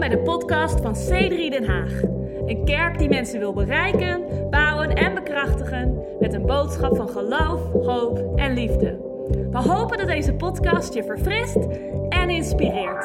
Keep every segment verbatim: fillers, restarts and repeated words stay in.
bij de podcast van C drie Den Haag. Een kerk die mensen wil bereiken, bouwen en bekrachtigen met een boodschap van geloof, hoop en liefde. We hopen dat deze podcast je verfrist en inspireert.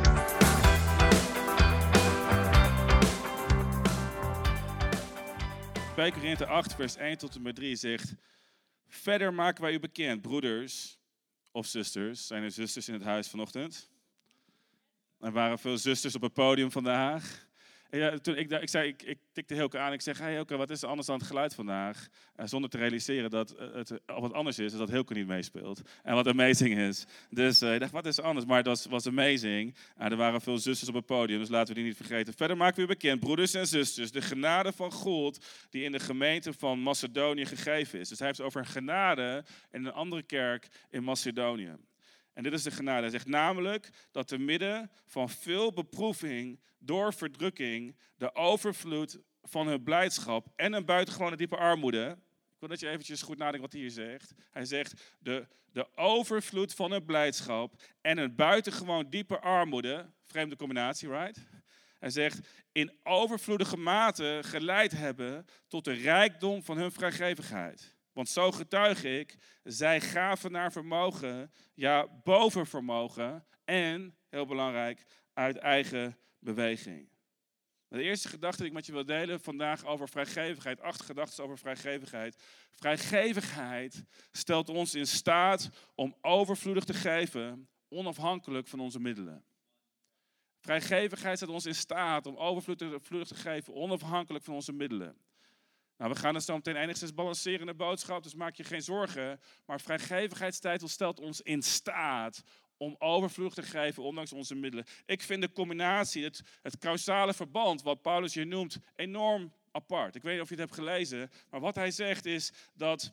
twee Korinthe acht vers één tot en met drie zegt: verder maken wij u bekend, broeders of zusters. Zijn er zusters in het huis vanochtend? Er waren veel zusters op het podium vandaag. En ja, toen ik, ik, zei, ik, ik tikte Hilke aan en ik zeg: hey Hilke, wat is er anders dan het geluid vandaag? Uh, zonder te realiseren dat uh, het uh, wat anders is, is dat Hilke niet meespeelt. En wat amazing is. Dus uh, ik dacht, wat is er anders? Maar het was, was amazing. Uh, er waren veel zusters op het podium, dus laten we die niet vergeten. Verder maken we u bekend, broeders en zusters, de genade van God die in de gemeente van Macedonië gegeven is. Dus hij heeft het over een genade in een andere kerk in Macedonië. En dit is de genade. Hij zegt namelijk dat te midden van veel beproeving door verdrukking de overvloed van hun blijdschap en een buitengewone diepe armoede. Ik wil dat je eventjes goed nadenkt wat hij hier zegt. Hij zegt de, de overvloed van hun blijdschap en een buitengewoon diepe armoede. Vreemde combinatie, right? Hij zegt in overvloedige mate geleid hebben tot de rijkdom van hun vrijgevigheid. Want zo getuig ik, zij gaven naar vermogen, ja, boven vermogen en, heel belangrijk, uit eigen beweging. De eerste gedachte die ik met je wil delen vandaag over vrijgevigheid, acht gedachten over vrijgevigheid. Vrijgevigheid stelt ons in staat om overvloedig te geven, onafhankelijk van onze middelen. Vrijgevigheid stelt ons in staat om overvloedig te geven, onafhankelijk van onze middelen. Nou, we gaan het zo meteen enigszins balanceren in de boodschap, dus maak je geen zorgen. Maar vrijgevigheidstitel stelt ons in staat om overvloedig te geven, ondanks onze middelen. Ik vind de combinatie, het, het causale verband, wat Paulus hier noemt, enorm apart. Ik weet niet of je het hebt gelezen, maar wat hij zegt is dat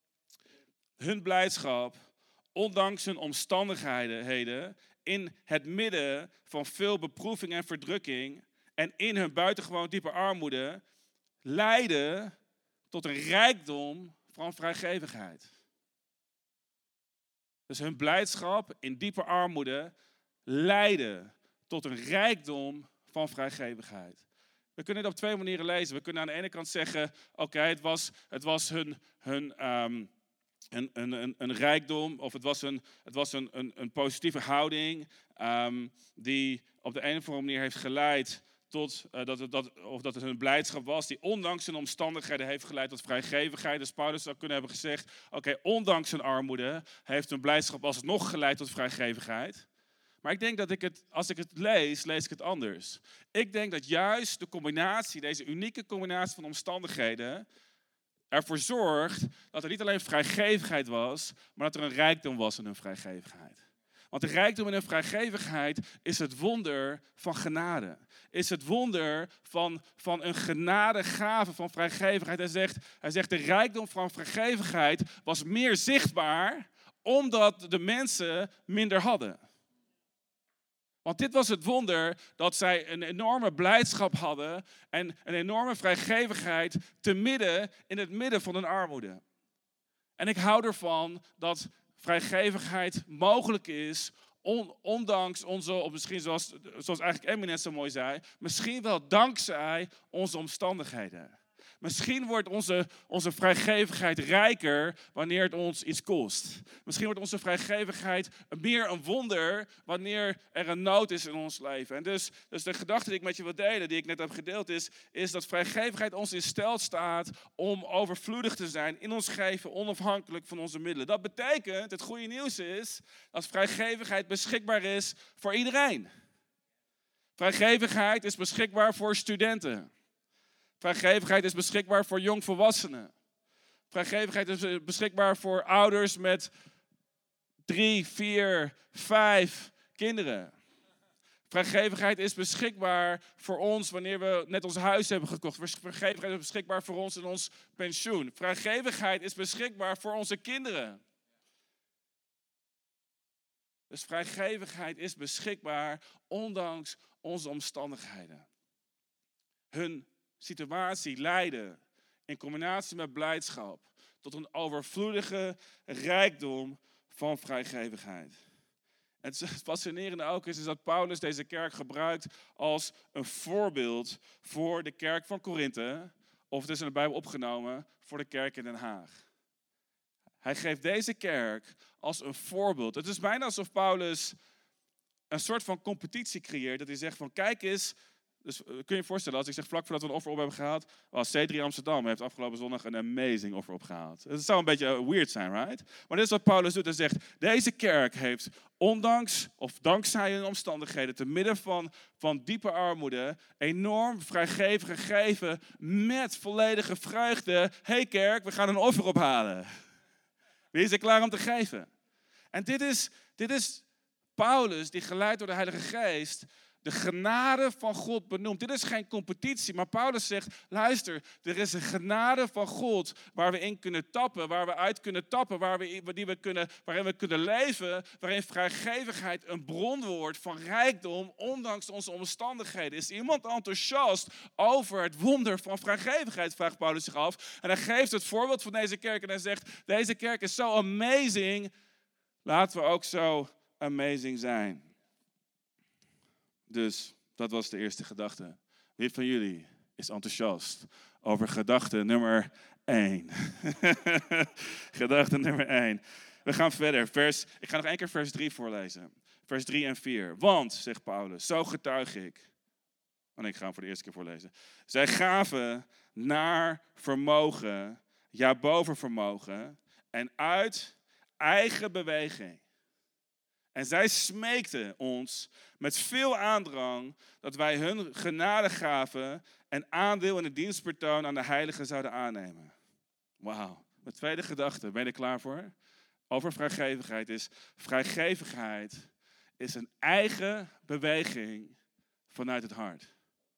hun blijdschap, ondanks hun omstandigheden, in het midden van veel beproeving en verdrukking en in hun buitengewoon diepe armoede, leiden tot een rijkdom van vrijgevigheid. Dus hun blijdschap in diepe armoede leiden tot een rijkdom van vrijgevigheid. We kunnen het op twee manieren lezen. We kunnen aan de ene kant zeggen, oké, okay, het was, het was hun, hun, um, een, een, een, een rijkdom, of het was een, het was een, een, een positieve houding um, die op de een of andere manier heeft geleid tot, uh, dat, het, dat, of dat het hun blijdschap was, die ondanks hun omstandigheden heeft geleid tot vrijgevigheid. Dus Paulus zou kunnen hebben gezegd, oké, okay, ondanks hun armoede heeft hun blijdschap alsnog geleid tot vrijgevigheid. Maar ik denk dat ik het, als ik het lees, lees ik het anders. Ik denk dat juist de combinatie, deze unieke combinatie van omstandigheden, ervoor zorgt dat er niet alleen vrijgevigheid was, maar dat er een rijkdom was in hun vrijgevigheid. Want de rijkdom in hun vrijgevigheid is het wonder van genade. Is het wonder van, van een genadegave van vrijgevigheid. Hij zegt, hij zegt de rijkdom van vrijgevigheid was meer zichtbaar omdat de mensen minder hadden. Want dit was het wonder dat zij een enorme blijdschap hadden en een enorme vrijgevigheid te midden in het midden van hun armoede. En ik hou ervan dat vrijgevigheid mogelijk is, on, ondanks onze, of misschien zoals, zoals eigenlijk Emmy net zo mooi zei, misschien wel dankzij onze omstandigheden. Misschien wordt onze, onze vrijgevigheid rijker wanneer het ons iets kost. Misschien wordt onze vrijgevigheid meer een wonder wanneer er een nood is in ons leven. En dus, dus de gedachte die ik met je wil delen, die ik net heb gedeeld, is, is dat vrijgevigheid ons in staat staat om overvloedig te zijn in ons geven, onafhankelijk van onze middelen. Dat betekent, het goede nieuws is, dat vrijgevigheid beschikbaar is voor iedereen. Vrijgevigheid is beschikbaar voor studenten. Vrijgevigheid is beschikbaar voor jongvolwassenen. Vrijgevigheid is beschikbaar voor ouders met drie, vier, vijf kinderen. Vrijgevigheid is beschikbaar voor ons wanneer we net ons huis hebben gekocht. Vrijgevigheid is beschikbaar voor ons in ons pensioen. Vrijgevigheid is beschikbaar voor onze kinderen. Dus vrijgevigheid is beschikbaar ondanks onze omstandigheden. Hun situatie leidde in combinatie met blijdschap tot een overvloedige rijkdom van vrijgevigheid. Het fascinerende ook is, is dat Paulus deze kerk gebruikt als een voorbeeld voor de kerk van Korinthe. Of het is in de Bijbel opgenomen voor de kerk in Den Haag. Hij geeft deze kerk als een voorbeeld. Het is bijna alsof Paulus een soort van competitie creëert. Dat hij zegt van kijk eens. Dus kun je je voorstellen, als ik zeg vlak voordat we een offer op hebben gehaald. Was C drie Amsterdam heeft afgelopen zondag een amazing offer opgehaald. Het zou een beetje weird zijn, right? Maar dit is wat Paulus doet. Hij zegt, deze kerk heeft ondanks of dankzij hun omstandigheden, te midden van, van diepe armoede, enorm vrijgevig gegeven met volledige vreugde. Hey kerk, we gaan een offer ophalen. Wie is er klaar om te geven? En dit is, dit is Paulus die geleid door de Heilige Geest de genade van God benoemt. Dit is geen competitie, maar Paulus zegt, luister, er is een genade van God waar we in kunnen tappen, waar we uit kunnen tappen, waar we, die we kunnen, waarin we kunnen leven, waarin vrijgevigheid een bron wordt van rijkdom, ondanks onze omstandigheden. Is iemand enthousiast over het wonder van vrijgevigheid, vraagt Paulus zich af. En hij geeft het voorbeeld van deze kerk en hij zegt, deze kerk is zo amazing, laten we ook zo amazing zijn. Dus dat was de eerste gedachte. Wie van jullie is enthousiast over gedachte nummer één? Gedachte nummer één. We gaan verder. Vers, ik ga nog één keer vers drie voorlezen. Vers drie en vier. Want, zegt Paulus, zo getuig ik. Oh nee, ik ga hem voor de eerste keer voorlezen. Zij gaven naar vermogen, ja boven vermogen en uit eigen beweging. En zij smeekten ons met veel aandrang dat wij hun genade gaven en aandeel in het dienstbetoon aan de heiligen zouden aannemen. Wauw. De tweede gedachte, ben je er klaar voor? Over vrijgevigheid is, vrijgevigheid is een eigen beweging vanuit het hart.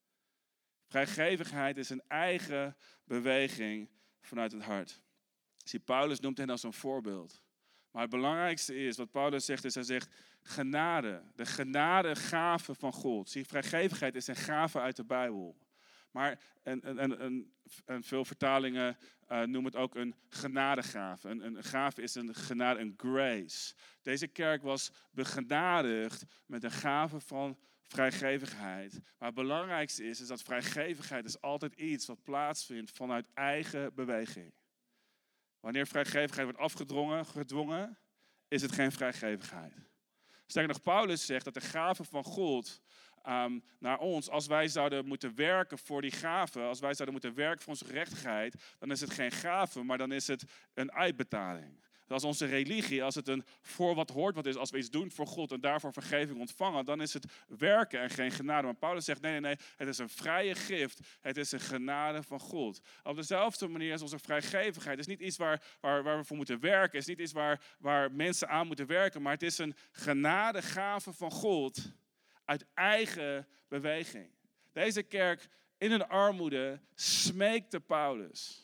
Vrijgevigheid is een eigen beweging vanuit het hart. Zie, Paulus noemt hen als een voorbeeld. Maar het belangrijkste is, wat Paulus zegt, is hij zegt genade. De genadegave van God. Zie, vrijgevigheid is een gave uit de Bijbel. Maar en, en, en, en veel vertalingen uh, noemen het ook een genadegave. Een, een gave is een genade, een grace. Deze kerk was begenadigd met een gave van vrijgevigheid. Maar het belangrijkste is, is dat vrijgevigheid is altijd iets wat plaatsvindt vanuit eigen beweging. Wanneer vrijgevigheid wordt afgedwongen, gedwongen, is het geen vrijgevigheid. Sterker nog, Paulus zegt dat de gave van God um, naar ons, als wij zouden moeten werken voor die gave, als wij zouden moeten werken voor onze gerechtigheid, dan is het geen gave, maar dan is het een uitbetaling. Als onze religie, als het een voor wat hoort wat is, als we iets doen voor God en daarvoor vergeving ontvangen, dan is het werken en geen genade. Maar Paulus zegt, nee, nee, nee, het is een vrije gift. Het is een genade van God. Op dezelfde manier als onze vrijgevigheid. Het is niet iets waar, waar, waar we voor moeten werken. Het is niet iets waar, waar mensen aan moeten werken. Maar het is een genadegave van God uit eigen beweging. Deze kerk in een armoede smeekte Paulus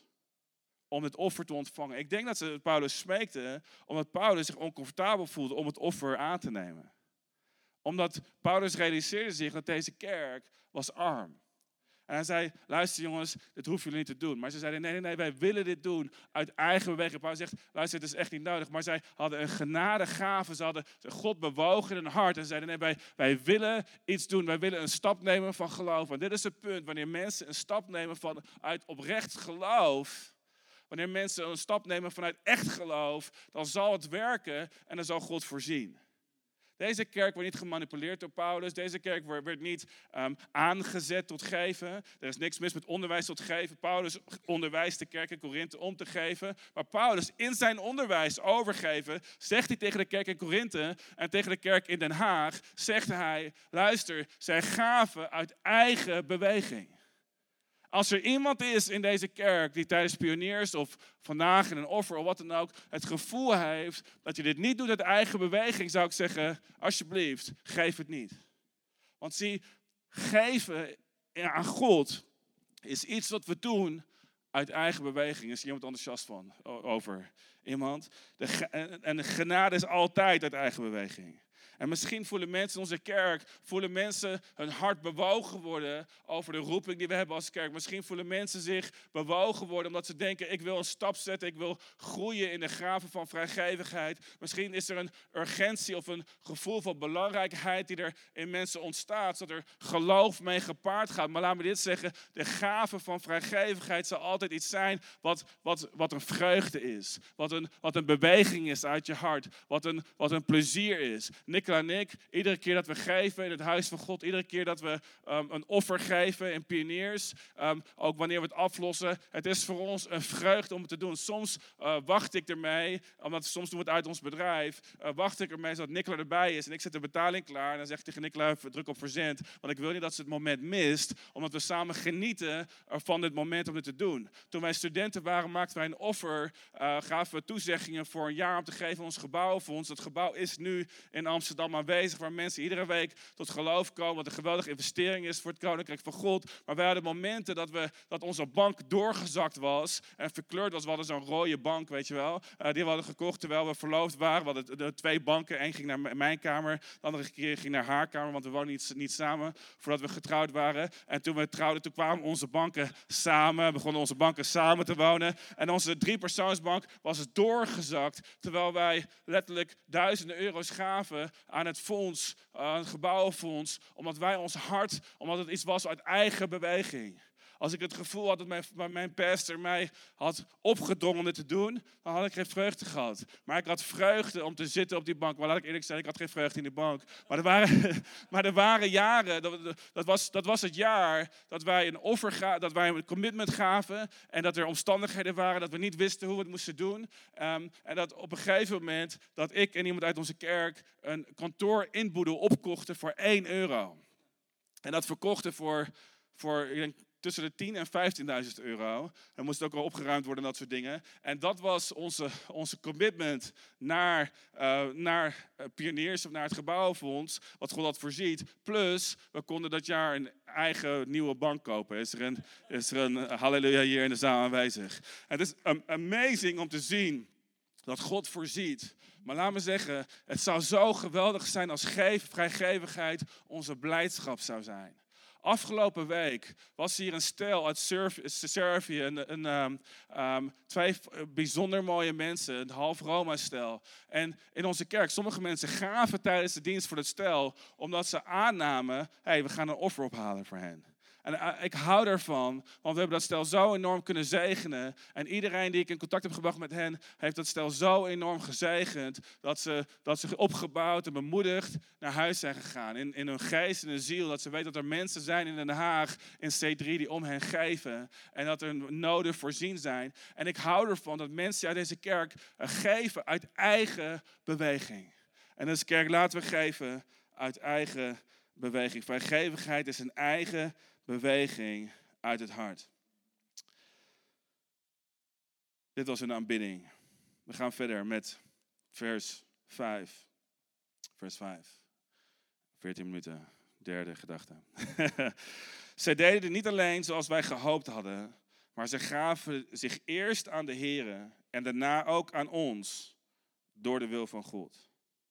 om het offer te ontvangen. Ik denk dat ze Paulus smeekte omdat Paulus zich oncomfortabel voelde om het offer aan te nemen. Omdat Paulus realiseerde zich dat deze kerk was arm. En hij zei, luister jongens, dit hoeven jullie niet te doen. Maar ze zeiden, nee, nee, nee, wij willen dit doen uit eigen beweging. Paulus zegt, luister, het is echt niet nodig. Maar zij hadden een genadegave, ze hadden God bewogen in hun hart. En ze zeiden, nee, wij, wij willen iets doen. Wij willen een stap nemen van geloof. En dit is het punt, wanneer mensen een stap nemen van, uit oprecht geloof. Wanneer mensen een stap nemen vanuit echt geloof, dan zal het werken en dan zal God voorzien. Deze kerk werd niet gemanipuleerd door Paulus. Deze kerk werd niet um, aangezet tot geven. Er is niks mis met onderwijs tot geven. Paulus onderwijst de kerk in Korinthe om te geven. Maar Paulus in zijn onderwijs overgeven, zegt hij tegen de kerk in Korinthe en tegen de kerk in Den Haag, zegt hij, luister, zij gaven uit eigen beweging. Als er iemand is in deze kerk die tijdens pioniers of vandaag in een offer of wat dan ook het gevoel heeft dat je dit niet doet uit eigen beweging, zou ik zeggen, alsjeblieft, geef het niet. Want zie, geven aan God is iets wat we doen uit eigen beweging. Is hier iemand enthousiast van over iemand? De, en de genade is altijd uit eigen beweging. En misschien voelen mensen in onze kerk, voelen mensen hun hart bewogen worden over de roeping die we hebben als kerk. Misschien voelen mensen zich bewogen worden omdat ze denken, ik wil een stap zetten, ik wil groeien in de gaven van vrijgevigheid. Misschien is er een urgentie of een gevoel van belangrijkheid die er in mensen ontstaat, zodat er geloof mee gepaard gaat. Maar laat me dit zeggen, de gave van vrijgevigheid zal altijd iets zijn wat, wat, wat een vreugde is. Wat een, wat een beweging is uit je hart. Wat een, wat een plezier is. Nicola en ik, iedere keer dat we geven in het huis van God, iedere keer dat we um, een offer geven in Pioniers, um, ook wanneer we het aflossen, het is voor ons een vreugde om het te doen. Soms uh, wacht ik ermee, omdat soms doen we het uit ons bedrijf, uh, wacht ik ermee zodat Nicola erbij is en ik zet de betaling klaar en dan zeg ik tegen Nicola, druk op verzend, want ik wil niet dat ze het moment mist, omdat we samen genieten van dit moment om dit te doen. Toen wij studenten waren, maakten wij een offer, uh, gaven we toezeggingen voor een jaar om te geven aan ons gebouwfonds. Dat gebouw is nu in Amsterdam aanwezig, waar mensen iedere week tot geloof komen, wat een geweldige investering is voor het Koninkrijk van God. Maar wij hadden momenten dat, we, dat onze bank doorgezakt was en verkleurd was. We hadden zo'n rode bank, weet je wel, uh, die we hadden gekocht terwijl we verloofd waren. We hadden de, de twee banken, één ging naar mijn kamer, de andere keer ging naar haar kamer, want we woonden niet, niet samen voordat we getrouwd waren. En toen we trouwden, toen kwamen onze banken samen, begonnen onze banken samen te wonen. En onze driepersoonsbank was doorgezakt, terwijl wij letterlijk duizenden euro's gaven aan het fonds, aan het gebouwenfonds, omdat wij ons hart, omdat het iets was uit eigen beweging. Als ik het gevoel had dat mijn, mijn pastor mij had opgedrongen om dit te doen, dan had ik geen vreugde gehad. Maar ik had vreugde om te zitten op die bank. Maar laat ik eerlijk zijn, ik had geen vreugde in die bank. Maar er waren, maar er waren jaren, dat, dat, was, dat was het jaar dat wij een offer gaven, dat wij een commitment gaven. En dat er omstandigheden waren dat we niet wisten hoe we het moesten doen. Um, en dat op een gegeven moment dat ik en iemand uit onze kerk een kantoor in Boedel opkochten voor één euro. En dat verkochten voor, voor ik denk, tussen de tien en vijftienduizend euro. Er moest ook al opgeruimd worden en dat soort dingen. En dat was onze, onze commitment naar, uh, naar Pioniers of naar het gebouwenfonds. Wat God had voorziet. Plus, we konden dat jaar een eigen nieuwe bank kopen. Is er een, is er een halleluja hier in de zaal aanwezig. Het is amazing om te zien dat God voorziet. Maar laat me zeggen, het zou zo geweldig zijn als geef, vrijgevigheid onze blijdschap zou zijn. Afgelopen week was hier een stel uit Servië, een, een, um, um, twee bijzonder mooie mensen, een half Roma-stel. En in onze kerk, sommige mensen gaven tijdens de dienst voor het stel, omdat ze aannamen, hey, we gaan een offer ophalen voor hen. En ik hou daarvan, want we hebben dat stel zo enorm kunnen zegenen. En iedereen die ik in contact heb gebracht met hen, heeft dat stel zo enorm gezegend, dat ze, dat ze opgebouwd en bemoedigd naar huis zijn gegaan. In, in hun geest en hun ziel, dat ze weten dat er mensen zijn in Den Haag, in C drie, die om hen geven. En dat er noden voorzien zijn. En ik hou ervan dat mensen uit deze kerk geven uit eigen beweging. En als kerk laten we geven uit eigen beweging. Vrijgevigheid is een eigen beweging uit het hart. Dit was een aanbidding. We gaan verder met vers vijf. Vers vijf. veertien minuten. Derde gedachte. Zij deden het niet alleen zoals wij gehoopt hadden, maar ze gaven zich eerst aan de Here en daarna ook aan ons door de wil van God.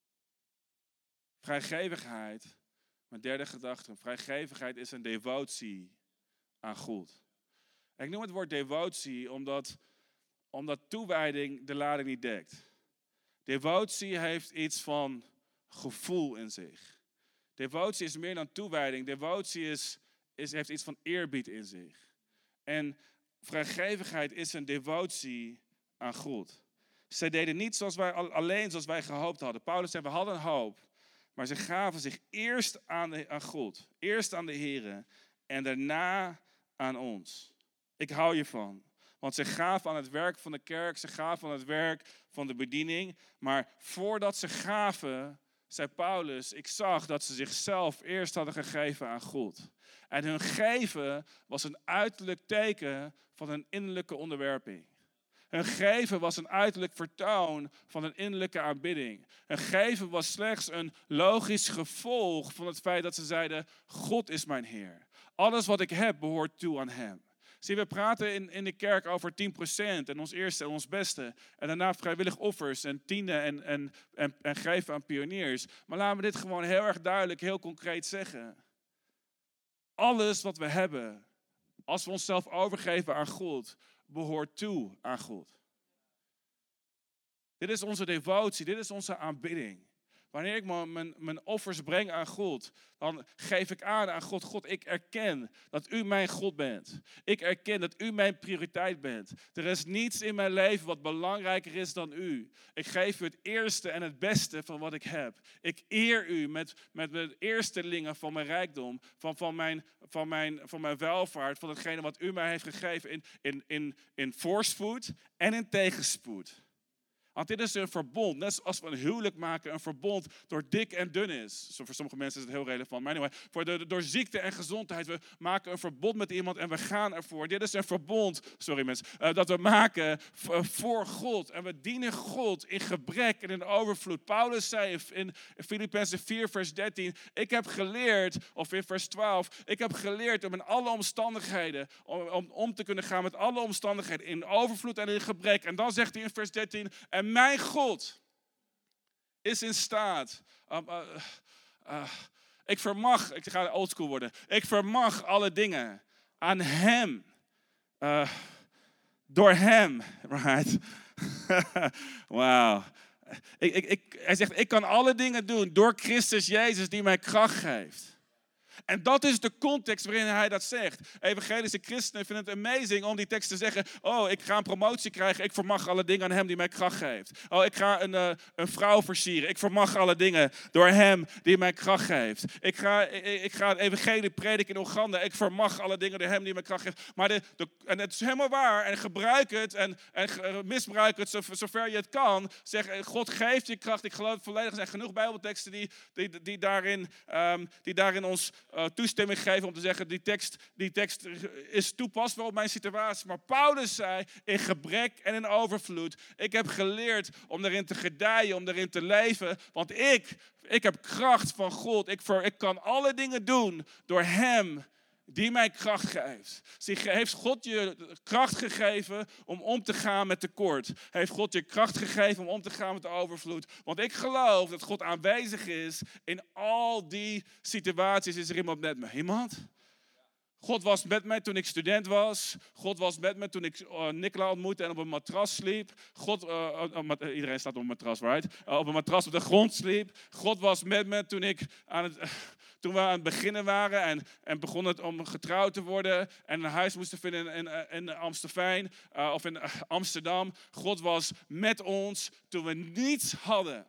Vrijgevigheid. Mijn derde gedachte, vrijgevigheid is een devotie aan God. En ik noem het woord devotie omdat, omdat toewijding de lading niet dekt. Devotie heeft iets van gevoel in zich. Devotie is meer dan toewijding. Devotie is, is, heeft iets van eerbied in zich. En vrijgevigheid is een devotie aan God. Zij deden niet zoals wij, alleen zoals wij gehoopt hadden. Paulus zei, we hadden hoop. Maar ze gaven zich eerst aan, de, aan God, eerst aan de Here en daarna aan ons. Ik hou hiervan, want ze gaven aan het werk van de kerk, ze gaven aan het werk van de bediening. Maar voordat ze gaven, zei Paulus, ik zag dat ze zichzelf eerst hadden gegeven aan God. En hun geven was een uiterlijk teken van een innerlijke onderwerping. Hun geven was een uiterlijk vertoon van een innerlijke aanbidding. Hun geven was slechts een logisch gevolg van het feit dat ze zeiden, God is mijn Heer. Alles wat ik heb behoort toe aan Hem. Zie, we praten in, in de kerk over tien procent en ons eerste en ons beste. En daarna vrijwillig offers en tienden en, en, en, en geven aan pioniers. Maar laten we dit gewoon heel erg duidelijk, heel concreet zeggen. Alles wat we hebben, als we onszelf overgeven aan God, behoort toe aan God. Dit is onze devotie, dit is onze aanbidding. Wanneer ik mijn, mijn offers breng aan God, dan geef ik aan aan God. God, ik erken dat u mijn God bent. Ik erken dat u mijn prioriteit bent. Er is niets in mijn leven wat belangrijker is dan u. Ik geef u het eerste en het beste van wat ik heb. Ik eer u met, met de eerstelingen van mijn rijkdom, van, van, mijn, van, mijn, van mijn welvaart, van hetgene wat u mij heeft gegeven in, in, in, in voorspoed en in tegenspoed. Want dit is een verbond, net zoals we een huwelijk maken, een verbond door dik en dun is. Zo voor sommige mensen is het heel relevant, maar anyway, voor de, door ziekte en gezondheid, we maken een verbond met iemand en we gaan ervoor. Dit is een verbond, sorry mensen, uh, dat we maken voor God. En we dienen God in gebrek en in overvloed. Paulus zei in Filippenzen vier vers dertien, ik heb geleerd, of in vers twaalf, ik heb geleerd om in alle omstandigheden, om, om om te kunnen gaan met alle omstandigheden, in overvloed en in gebrek. En dan zegt hij in vers dertien, en En mijn God is in staat. Um, uh, uh, ik vermag, ik ga oldschool worden. Ik vermag alle dingen aan hem. Uh, door hem. Right? Wauw. Ik, ik, ik, hij zegt, ik kan alle dingen doen door Christus Jezus die mij kracht geeft. En dat is de context waarin hij dat zegt. Evangelische christenen vinden het amazing om die tekst te zeggen. Oh, ik ga een promotie krijgen. Ik vermag alle dingen aan hem die mij kracht geeft. Oh, ik ga een, uh, een vrouw versieren. Ik vermag alle dingen door hem die mij kracht geeft. Ik ga, ik, ik ga het evangelie prediken in Oeganda. Ik vermag alle dingen door hem die mij kracht geeft. Maar de, de, en het is helemaal waar. En gebruik het en, en misbruik het zover je het kan. Zeg, God geeft je kracht. Ik geloof volledig. Er zijn genoeg bijbelteksten die, die, die, daarin, um, die daarin ons Uh, toestemming geven om te zeggen, die tekst, die tekst is toepasbaar op mijn situatie. Maar Paulus zei, in gebrek en in overvloed, ik heb geleerd om daarin te gedijen, om daarin te leven. Want ik, ik heb kracht van God. Ik, ver, ik kan alle dingen doen door hem die mij kracht geeft. Zie, heeft God je kracht gegeven om om te gaan met tekort? Heeft God je kracht gegeven om om te gaan met de overvloed? Want ik geloof dat God aanwezig is in al die situaties. Is er iemand met me? Iemand? God was met mij toen ik student was. God was met me toen ik uh, Nicola ontmoette en op een matras sliep. God, uh, uh, iedereen staat op een matras, right? Uh, op een matras op de grond sliep. God was met me toen ik aan het... Uh, Toen we aan het beginnen waren en, en begon het om getrouwd te worden en een huis moesten vinden in, in, in Amstelveen uh, of in Amsterdam. God was met ons toen we niets hadden.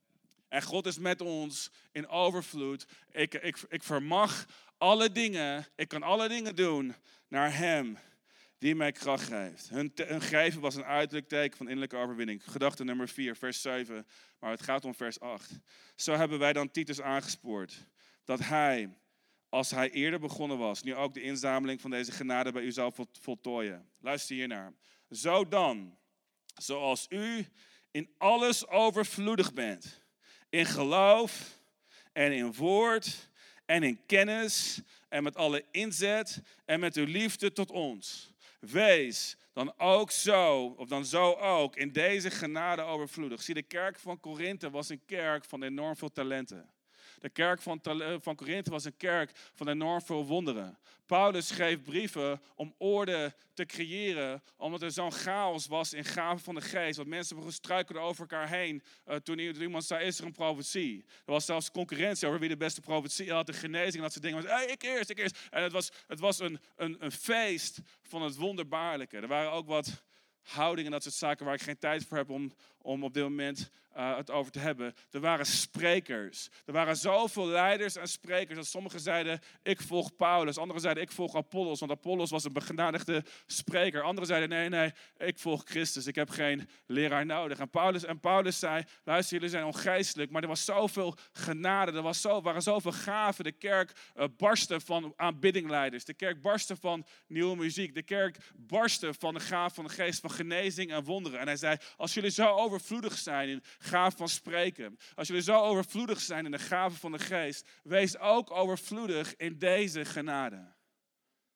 En God is met ons in overvloed. Ik, ik, ik vermag alle dingen, ik kan alle dingen doen naar hem die mij kracht geeft. Hun, te, hun geven was een uiterlijk teken van innerlijke overwinning. Gedachte nummer vier, vers zeven, maar het gaat om vers acht. Zo hebben wij dan Titus aangespoord. Dat hij, als hij eerder begonnen was, nu ook de inzameling van deze genade bij u zou voltooien. Luister hiernaar. Zo dan, zoals u in alles overvloedig bent, in geloof en in woord en in kennis en met alle inzet en met uw liefde tot ons. Wees dan ook zo, of dan zo ook, in deze genade overvloedig. Zie, de kerk van Korinthe was een kerk van enorm veel talenten. De kerk van, van Korinthe was een kerk van enorm veel wonderen. Paulus schreef brieven om orde te creëren, omdat er zo'n chaos was in gaven van de geest. Want mensen struikelden over elkaar heen. Uh, toen iemand zei, is er een profetie? Er was zelfs concurrentie over wie de beste profetie had, de genezing en dat soort dingen. Hey, ik eerst, ik eerst. En het was, het was een, een, een feest van het wonderbaarlijke. Er waren ook wat houdingen en dat soort zaken waar ik geen tijd voor heb om, om op dit moment uh, het over te hebben. Er waren sprekers. Er waren zoveel leiders en sprekers dat sommigen zeiden, ik volg Paulus. Anderen zeiden, ik volg Apollos, want Apollos was een begenadigde spreker. Anderen zeiden, nee, nee, ik volg Christus. Ik heb geen leraar nodig. En Paulus, en Paulus zei, luister, jullie zijn ongeestelijk, maar er was zoveel genade, er was zo, waren zoveel gaven. De kerk uh, barstte van aanbiddingleiders. De kerk barstte van nieuwe muziek. De kerk barstte van de gaaf van de geest, van genezing en wonderen. En hij zei, als jullie zo overvloedig zijn in gaven van spreken, als jullie zo overvloedig zijn in de gaven van de geest, wees ook overvloedig in deze genade.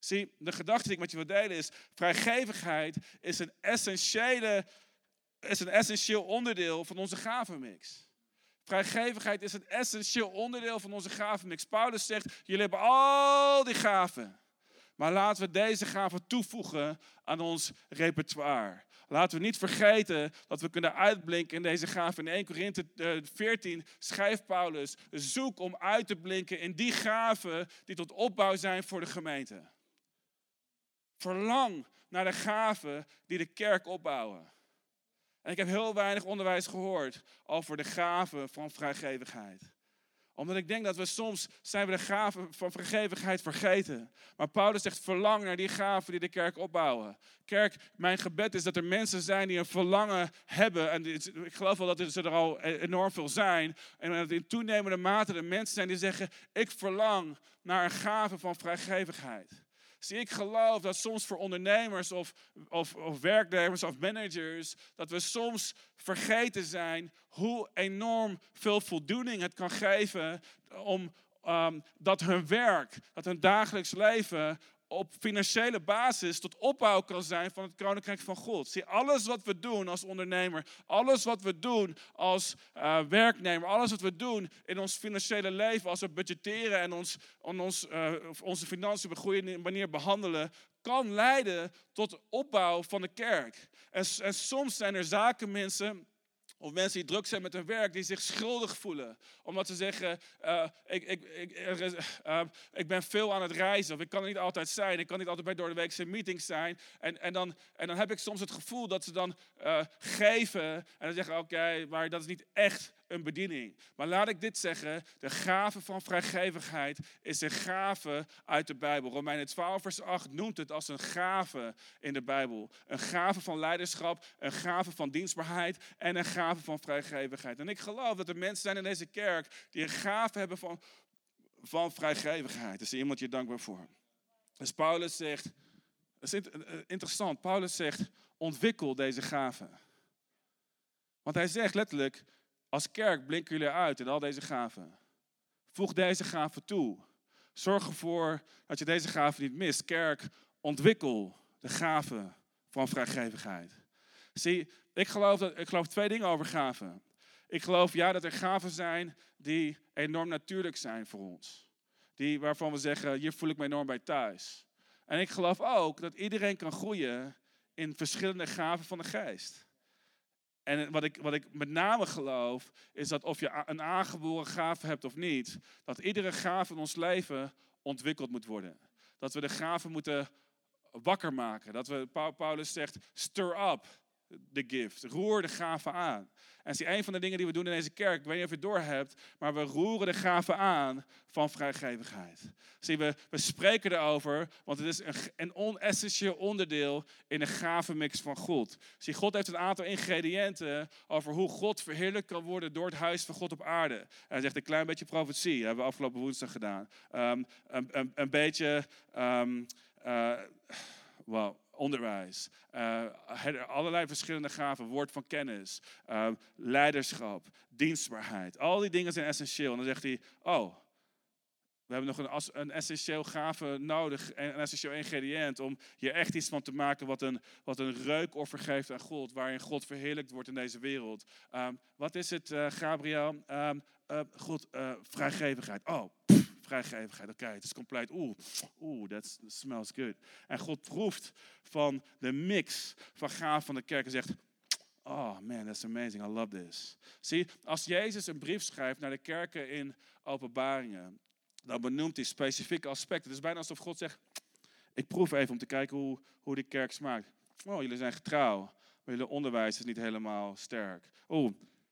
Zie, de gedachte die ik met je wil delen is, vrijgevigheid is een, essentiële, is een essentieel onderdeel van onze gavenmix. Vrijgevigheid is een essentieel onderdeel van onze gavenmix. Paulus zegt, jullie hebben al die gaven. Maar laten we deze gaven toevoegen aan ons repertoire. Laten we niet vergeten dat we kunnen uitblinken in deze gaven. In Eerste Korinthe veertien schrijft Paulus, zoek om uit te blinken in die gaven die tot opbouw zijn voor de gemeente. Verlang naar de gaven die de kerk opbouwen. En ik heb heel weinig onderwijs gehoord over de gaven van vrijgevigheid. Omdat ik denk dat we soms zijn we de gaven van vrijgevigheid vergeten. Maar Paulus zegt verlang naar die gaven die de kerk opbouwen. Kerk, mijn gebed is dat er mensen zijn die een verlangen hebben. En ik geloof wel dat er er al enorm veel zijn. En dat in toenemende mate er mensen zijn die zeggen, ik verlang naar een gave van vrijgevigheid. Zie, ik geloof dat soms voor ondernemers of, of, of werknemers of managers, dat we soms vergeten zijn hoe enorm veel voldoening het kan geven om um, dat hun werk, dat hun dagelijks leven op financiële basis tot opbouw kan zijn van het Koninkrijk van God. Zie, alles wat we doen als ondernemer, alles wat we doen als uh, werknemer, alles wat we doen in ons financiële leven, als we budgetteren en ons, on ons, uh, onze financiën op een goede manier behandelen, kan leiden tot opbouw van de kerk. En, en soms zijn er zakenmensen, of mensen die druk zijn met hun werk, die zich schuldig voelen. Omdat ze zeggen, uh, ik, ik, ik, uh, ik ben veel aan het reizen. Of ik kan er niet altijd zijn. Ik kan niet altijd bij door de weekse meetings zijn. En, en, dan, en dan heb ik soms het gevoel dat ze dan uh, geven. En dan zeggen, oké, okay, maar dat is niet echt een bediening. Maar laat ik dit zeggen. De gave van vrijgevigheid is een gave uit de Bijbel. Romeinen twaalf vers acht noemt het als een gave in de Bijbel. Een gave van leiderschap, een gave van dienstbaarheid en een gave van vrijgevigheid. En ik geloof dat er mensen zijn in deze kerk die een gave hebben van, van vrijgevigheid. Is er iemand je dankbaar voor? Dus Paulus zegt, dat is interessant, Paulus zegt, ontwikkel deze gave. Want hij zegt letterlijk, als kerk blinken jullie uit in al deze gaven. Voeg deze gaven toe. Zorg ervoor dat je deze gaven niet mist. Kerk, ontwikkel de gaven van vrijgevigheid. Zie, ik geloof, dat, ik geloof twee dingen over gaven. Ik geloof ja dat er gaven zijn die enorm natuurlijk zijn voor ons. Die, waarvan we zeggen, hier voel ik me enorm bij thuis. En ik geloof ook dat iedereen kan groeien in verschillende gaven van de geest. En wat ik, wat ik met name geloof, is dat of je een aangeboren gave hebt of niet, dat iedere gave in ons leven ontwikkeld moet worden. Dat we de gave moeten wakker maken. Dat we, Paulus zegt, stir up the gift. Roer de gave aan. En zie, een van de dingen die we doen in deze kerk, ik weet niet of je het door hebt, maar we roeren de gave aan van vrijgevigheid. Zie, we, we spreken erover, want het is een, een onessentieel onderdeel in de gavenmix van God. Zie, God heeft een aantal ingrediënten over hoe God verheerlijkt kan worden door het huis van God op aarde. En hij zegt een klein beetje profetie, dat hebben we afgelopen woensdag gedaan. Um, een, een, een beetje, um, uh, wow. Onderwijs, uh, allerlei verschillende gaven, woord van kennis, uh, leiderschap, dienstbaarheid. Al die dingen zijn essentieel. En dan zegt hij, oh, we hebben nog een, een essentieel gave nodig, een essentieel ingrediënt om hier echt iets van te maken wat een, wat een reukoffer geeft aan God, waarin God verheerlijkt wordt in deze wereld. Um, wat is het, uh, Gabriel? Um, uh, God, uh, vrijgevigheid. Oh, pff. Vrijgevigheid, oké, okay, het is compleet, oeh, oeh, that smells good. En God proeft van de mix van gaven van de kerk en zegt, oh man, that's amazing, I love this. Zie, als Jezus een brief schrijft naar de kerken in Openbaringen, dan benoemt hij specifieke aspecten. Het is bijna alsof God zegt, ik proef even om te kijken hoe, hoe die kerk smaakt. Oh, jullie zijn getrouw, maar jullie onderwijs is niet helemaal sterk. Oh,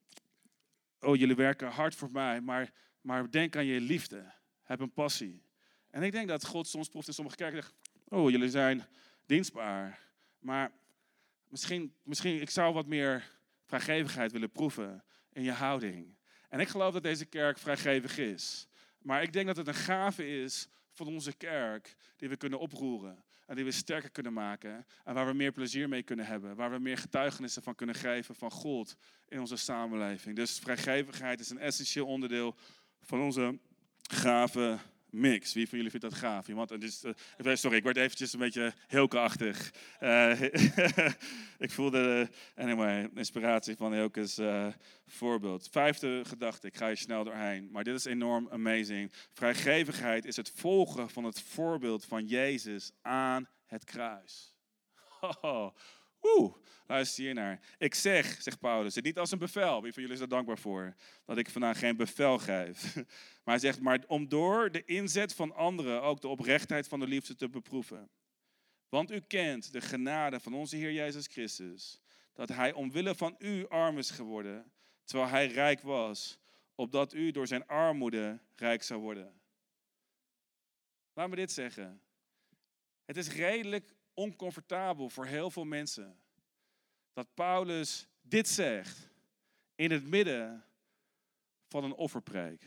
oh jullie werken hard voor mij, maar, maar denk aan je liefde. Heb een passie. En ik denk dat God soms proeft in sommige kerken zegt, oh, jullie zijn dienstbaar. Maar misschien, misschien, ik zou wat meer vrijgevigheid willen proeven in je houding. En ik geloof dat deze kerk vrijgevig is. Maar ik denk dat het een gave is van onze kerk die we kunnen oproeren. En die we sterker kunnen maken. En waar we meer plezier mee kunnen hebben. Waar we meer getuigenissen van kunnen geven van God in onze samenleving. Dus vrijgevigheid is een essentieel onderdeel van onze gave mix. Wie van jullie vindt dat gaaf? Iemand? Het is, uh, sorry, ik werd eventjes een beetje Hilke-achtig. Uh, ik voelde, uh, anyway, inspiratie van Hilke's uh, voorbeeld. Vijfde gedachte, ik ga je snel doorheen. Maar dit is enorm amazing. Vrijgevigheid is het volgen van het voorbeeld van Jezus aan het kruis. Oh, Oeh, luister hier naar. Ik zeg, zegt Paulus, het niet als een bevel. Wie van jullie is er dankbaar voor? Dat ik vandaag geen bevel geef. Maar hij zegt, maar om door de inzet van anderen ook de oprechtheid van de liefde te beproeven. Want u kent de genade van onze Heer Jezus Christus. Dat hij omwille van u arm is geworden, terwijl hij rijk was. Opdat u door zijn armoede rijk zou worden. Laat me dit zeggen. Het is redelijk oncomfortabel voor heel veel mensen dat Paulus dit zegt in het midden van een offerpreek.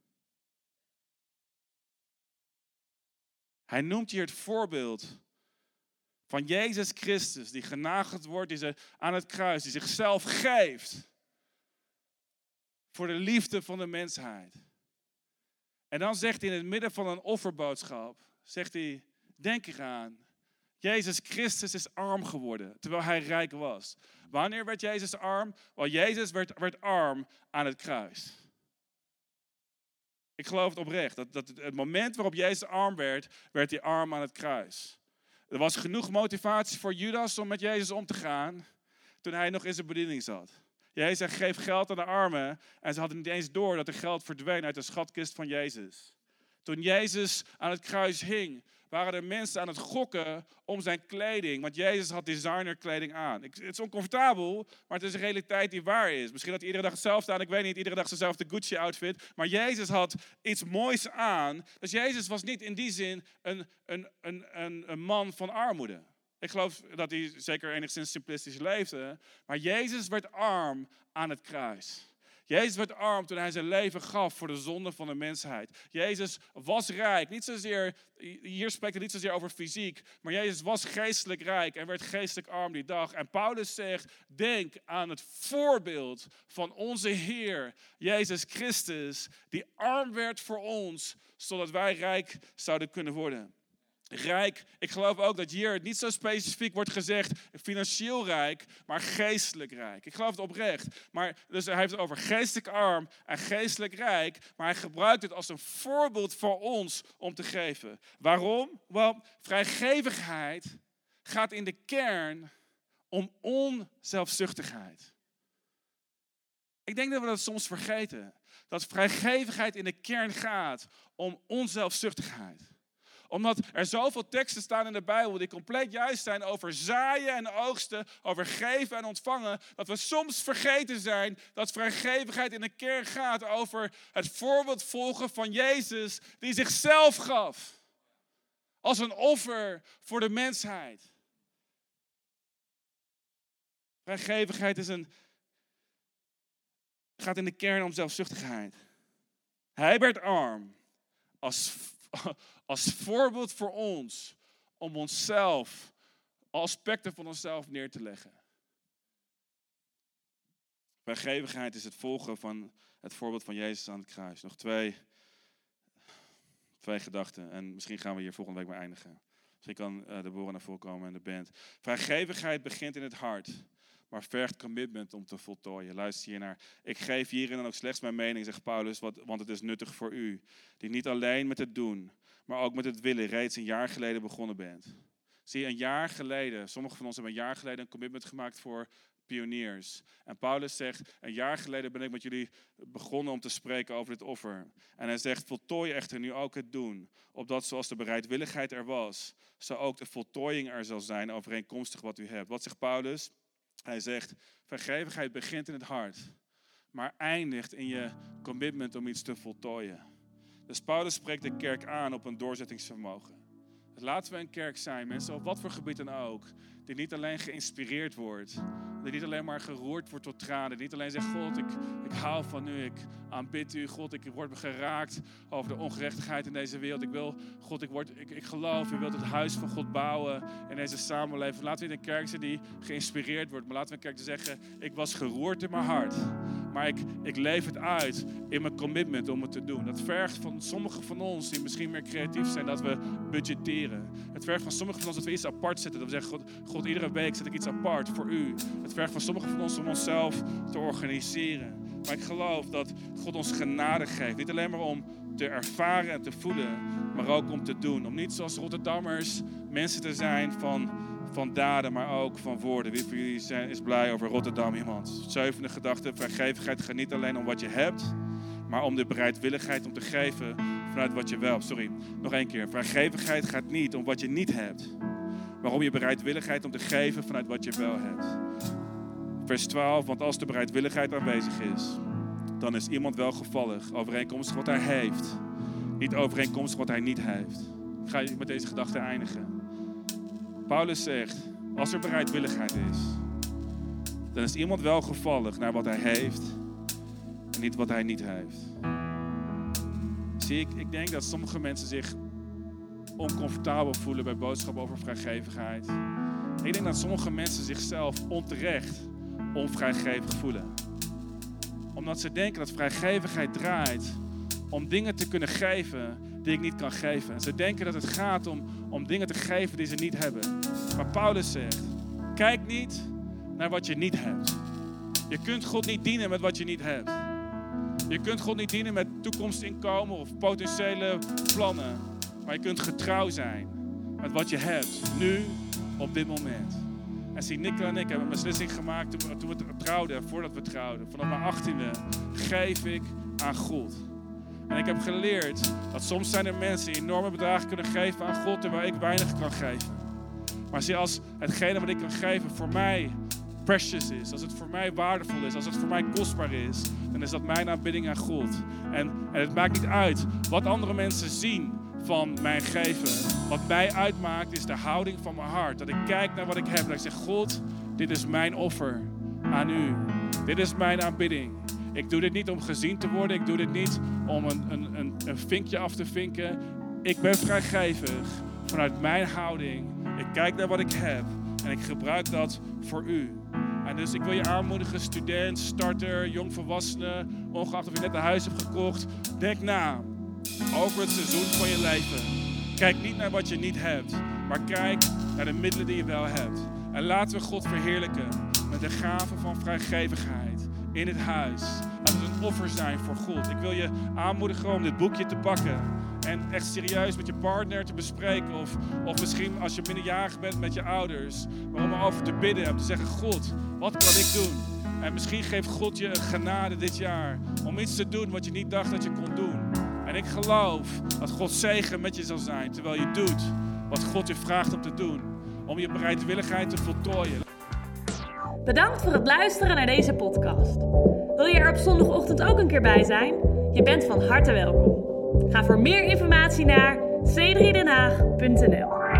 Hij noemt hier het voorbeeld van Jezus Christus die genageld wordt, die ze aan het kruis, die zichzelf geeft voor de liefde van de mensheid. En dan zegt hij in het midden van een offerboodschap, zegt hij, denk eraan, Jezus Christus is arm geworden, terwijl hij rijk was. Wanneer werd Jezus arm? Wel, Jezus werd, werd arm aan het kruis. Ik geloof het oprecht, dat, dat het moment waarop Jezus arm werd, werd hij arm aan het kruis. Er was genoeg motivatie voor Judas om met Jezus om te gaan, toen hij nog in zijn bediening zat. Jezus zei, geef geld aan de armen, en ze hadden niet eens door dat er geld verdween uit de schatkist van Jezus. Toen Jezus aan het kruis hing, waren er mensen aan het gokken om zijn kleding. Want Jezus had designerkleding aan. Het is oncomfortabel, maar het is een realiteit die waar is. Misschien had hij iedere dag hetzelfde aan. Ik weet niet, iedere dag dezelfde Gucci-outfit. Maar Jezus had iets moois aan. Dus Jezus was niet in die zin een, een, een, een, een man van armoede. Ik geloof dat hij zeker enigszins simplistisch leefde. Maar Jezus werd arm aan het kruis. Jezus werd arm toen hij zijn leven gaf voor de zonde van de mensheid. Jezus was rijk. Niet zozeer, hier spreekt het niet zozeer over fysiek, maar Jezus was geestelijk rijk en werd geestelijk arm die dag. En Paulus zegt, denk aan het voorbeeld van onze Heer, Jezus Christus, die arm werd voor ons, zodat wij rijk zouden kunnen worden. Rijk, ik geloof ook dat hier niet zo specifiek wordt gezegd financieel rijk, maar geestelijk rijk. Ik geloof het oprecht. Maar, dus hij heeft het over geestelijk arm en geestelijk rijk, maar hij gebruikt het als een voorbeeld voor ons om te geven. Waarom? Wel, vrijgevigheid gaat in de kern om onzelfzuchtigheid. Ik denk dat we dat soms vergeten. Dat vrijgevigheid in de kern gaat om onzelfzuchtigheid. Omdat er zoveel teksten staan in de Bijbel die compleet juist zijn over zaaien en oogsten, over geven en ontvangen, dat we soms vergeten zijn dat vrijgevigheid in de kern gaat over het voorbeeld volgen van Jezus die zichzelf gaf als een offer voor de mensheid. Vrijgevigheid is een, gaat in de kern om zelfzuchtigheid. Hij werd arm als Als voorbeeld voor ons om onszelf, aspecten van onszelf neer te leggen. Vrijgevigheid is het volgen van het voorbeeld van Jezus aan het kruis. Nog twee, twee gedachten en misschien gaan we hier volgende week mee eindigen. Misschien kan uh, Deborah naar voren komen en de band. Vrijgevigheid begint in het hart, maar vergt commitment om te voltooien. Luister hier naar. Ik geef hierin dan ook slechts mijn mening, zegt Paulus, want het is nuttig voor u. Die niet alleen met het doen, maar ook met het willen reeds een jaar geleden begonnen bent. Zie je, een jaar geleden, sommigen van ons hebben een jaar geleden een commitment gemaakt voor pioniers. En Paulus zegt, een jaar geleden ben ik met jullie begonnen om te spreken over dit offer. En hij zegt, voltooi echter nu ook het doen. Opdat zoals de bereidwilligheid er was, zo ook de voltooiing er zal zijn overeenkomstig wat u hebt. Wat zegt Paulus? Hij zegt, vrijgevigheid begint in het hart, maar eindigt in je commitment om iets te voltooien. Dus Paulus spreekt de kerk aan op een doorzettingsvermogen. Laten we een kerk zijn, mensen, op wat voor gebied dan ook, die niet alleen geïnspireerd wordt, die niet alleen maar geroerd wordt tot tranen, die niet alleen zegt, God, ik, ik hou van u, ik aanbid u, God, ik word geraakt over de ongerechtigheid in deze wereld. Ik wil, God, ik, word, ik, ik geloof, u wilt het huis van God bouwen in deze samenleving. Laten we in een kerk zijn die geïnspireerd wordt, maar laten we een kerk die zeggen, ik was geroerd in mijn hart, maar ik, ik leef het uit in mijn commitment om het te doen. Dat vergt van sommigen van ons, die misschien meer creatief zijn, dat we budgetteren. Het vergt van sommigen van ons dat we iets apart zetten, dat we zeggen, God, God iedere week zet ik iets apart voor u. Het vergt van sommigen van ons om onszelf te organiseren. Maar ik geloof dat God ons genade geeft. Niet alleen maar om te ervaren en te voelen, maar ook om te doen. Om niet zoals Rotterdammers mensen te zijn van, van daden, maar ook van woorden. Wie van jullie zijn, is blij over Rotterdam? Iemand. Zevende gedachte, vrijgevigheid gaat niet alleen om wat je hebt, maar om de bereidwilligheid om te geven vanuit wat je wel hebt. Sorry, nog één keer. Vrijgevigheid gaat niet om wat je niet hebt, maar om je bereidwilligheid om te geven vanuit wat je wel hebt. Vers twaalf, want als de bereidwilligheid aanwezig is, dan is iemand welgevallig, overeenkomstig wat hij heeft, niet overeenkomstig wat hij niet heeft. Ik ga met deze gedachte eindigen. Paulus zegt, als er bereidwilligheid is, dan is iemand welgevallig naar wat hij heeft en niet wat hij niet heeft. Zie ik, ik denk dat sommige mensen zich oncomfortabel voelen bij boodschappen over vrijgevigheid. Ik denk dat sommige mensen zichzelf onterecht onvrijgevig voelen. Omdat ze denken dat vrijgevigheid draait om dingen te kunnen geven die ik niet kan geven. En ze denken dat het gaat om, om dingen te geven die ze niet hebben. Maar Paulus zegt, kijk niet naar wat je niet hebt. Je kunt God niet dienen met wat je niet hebt. Je kunt God niet dienen met toekomstinkomen of potentiële plannen. Maar je kunt getrouw zijn met wat je hebt, nu, op dit moment. En zie, Nicola en ik hebben een beslissing gemaakt toen we, toen we trouwden, voordat we trouwden. Vanaf mijn achttiende geef ik aan God. En ik heb geleerd dat soms zijn er mensen die enorme bedragen kunnen geven aan God, terwijl ik weinig kan geven. Maar zie, als hetgene wat ik kan geven voor mij precious is, als het voor mij waardevol is, als het voor mij kostbaar is, dan is dat mijn aanbidding aan God. En, en het maakt niet uit wat andere mensen zien van mijn geven. Wat mij uitmaakt is de houding van mijn hart. Dat ik kijk naar wat ik heb en ik zeg, God, dit is mijn offer aan u. Dit is mijn aanbidding. Ik doe dit niet om gezien te worden. Ik doe dit niet om een, een, een, een vinkje af te vinken. Ik ben vrijgevig vanuit mijn houding. Ik kijk naar wat ik heb en ik gebruik dat voor u. En dus ik wil je aanmoedigen, student, starter, jongvolwassene, ongeacht of je net een huis hebt gekocht. Denk na over het seizoen van je leven. Kijk niet naar wat je niet hebt, maar kijk naar de middelen die je wel hebt. En laten we God verheerlijken met de gave van vrijgevigheid in het huis. Laten we een offer zijn voor God. Ik wil je aanmoedigen om dit boekje te pakken en echt serieus met je partner te bespreken. Of, of misschien als je minderjarig bent met je ouders, maar om erover te bidden, om te zeggen, God, wat kan ik doen? En misschien geeft God je een genade dit jaar om iets te doen wat je niet dacht dat je kon doen. En ik geloof dat God zegen met je zal zijn, terwijl je doet wat God je vraagt om te doen. Om je bereidwilligheid te voltooien. Bedankt voor het luisteren naar deze podcast. Wil je er op zondagochtend ook een keer bij zijn? Je bent van harte welkom. Ga voor meer informatie naar c drie den haag punt n l.